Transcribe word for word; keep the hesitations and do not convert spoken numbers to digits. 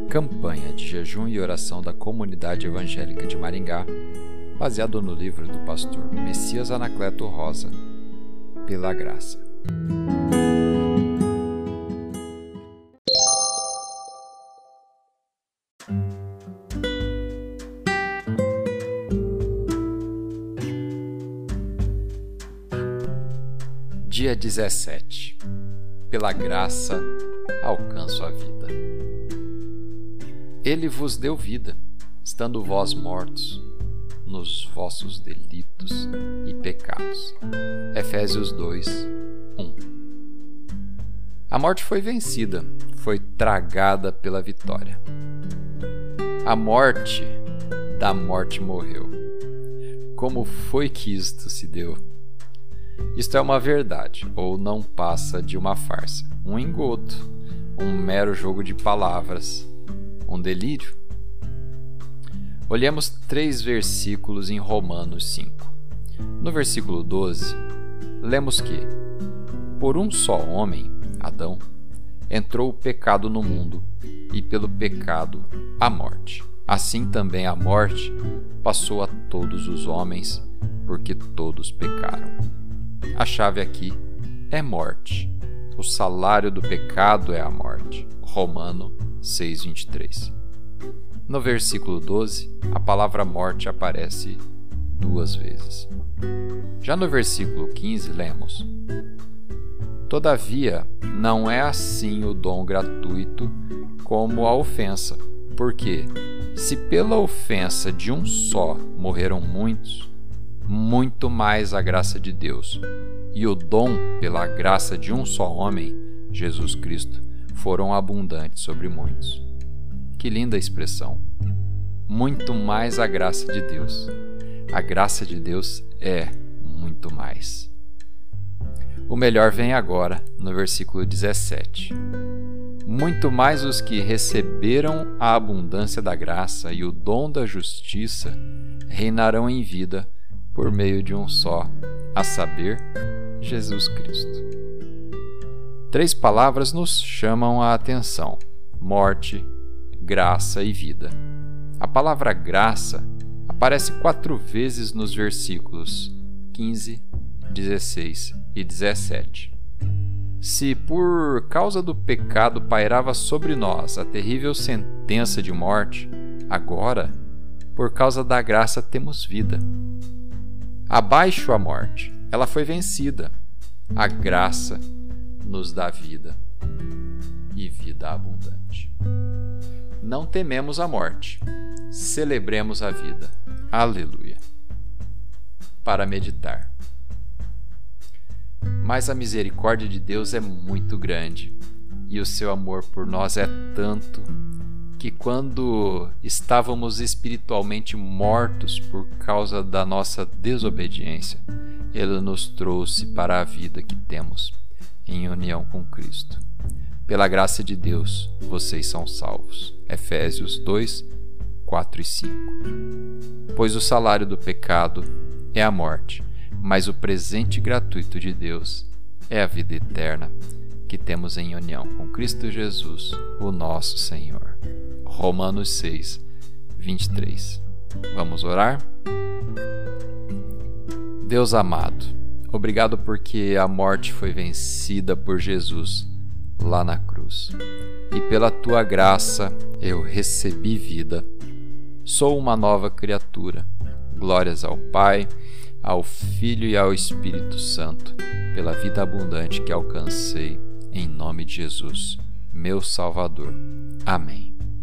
Campanha de jejum e oração da Comunidade Evangélica de Maringá, baseado no livro do pastor Messias Anacleto Rosa, Pela Graça. Dia dezessete. Pela graça alcanço a vida. Ele vos deu vida, estando vós mortos nos vossos delitos e pecados. Efésios dois, um. A morte foi vencida, foi tragada pela vitória. A morte da morte morreu. Como foi que isto se deu? Isto é uma verdade, ou não passa de uma farsa, um engodo, um mero jogo de palavras, um delírio? Olhemos três versículos em Romanos cinco. No versículo doze, lemos que, por um só homem, Adão, entrou o pecado no mundo, e pelo pecado a morte. Assim também a morte passou a todos os homens, porque todos pecaram. A chave aqui é morte. O salário do pecado é a morte. Romano seis, vinte e três. No versículo doze, a palavra morte aparece duas vezes. Já no versículo quinze, lemos: Todavia, não é assim o dom gratuito como a ofensa, porque, se pela ofensa de um só morreram muitos, muito mais a graça de Deus e o dom pela graça de um só homem, Jesus Cristo, foram abundantes sobre muitos. Que linda expressão! Muito mais a graça de Deus. A graça de Deus é muito mais. O melhor vem agora, no versículo dezessete. Muito mais os que receberam a abundância da graça e o dom da justiça reinarão em vida por meio de um só, a saber, Jesus Cristo. Três palavras nos chamam a atenção: morte, graça e vida. A palavra graça aparece quatro vezes nos versículos quinze, dezesseis e dezessete. Se por causa do pecado pairava sobre nós a terrível sentença de morte, agora, por causa da graça, temos vida. Abaixo a morte, ela foi vencida. A graça nos dá vida e vida abundante. Não tememos a morte, celebremos a vida. Aleluia. Para meditar. Mas a misericórdia de Deus é muito grande e o seu amor por nós é tanto que, quando estávamos espiritualmente mortos por causa da nossa desobediência, Ele nos trouxe para a vida que temos em união com Cristo. Pela graça de Deus, vocês são salvos. Efésios dois, quatro e cinco. Pois o salário do pecado é a morte, mas o presente gratuito de Deus é a vida eterna que temos em união com Cristo Jesus, o nosso Senhor. Romanos seis, vinte e três. Vamos orar? Deus amado, obrigado porque a morte foi vencida por Jesus lá na cruz. E pela tua graça eu recebi vida. Sou uma nova criatura. Glórias ao Pai, ao Filho e ao Espírito Santo, pela vida abundante que alcancei, em nome de Jesus, meu Salvador. Amém.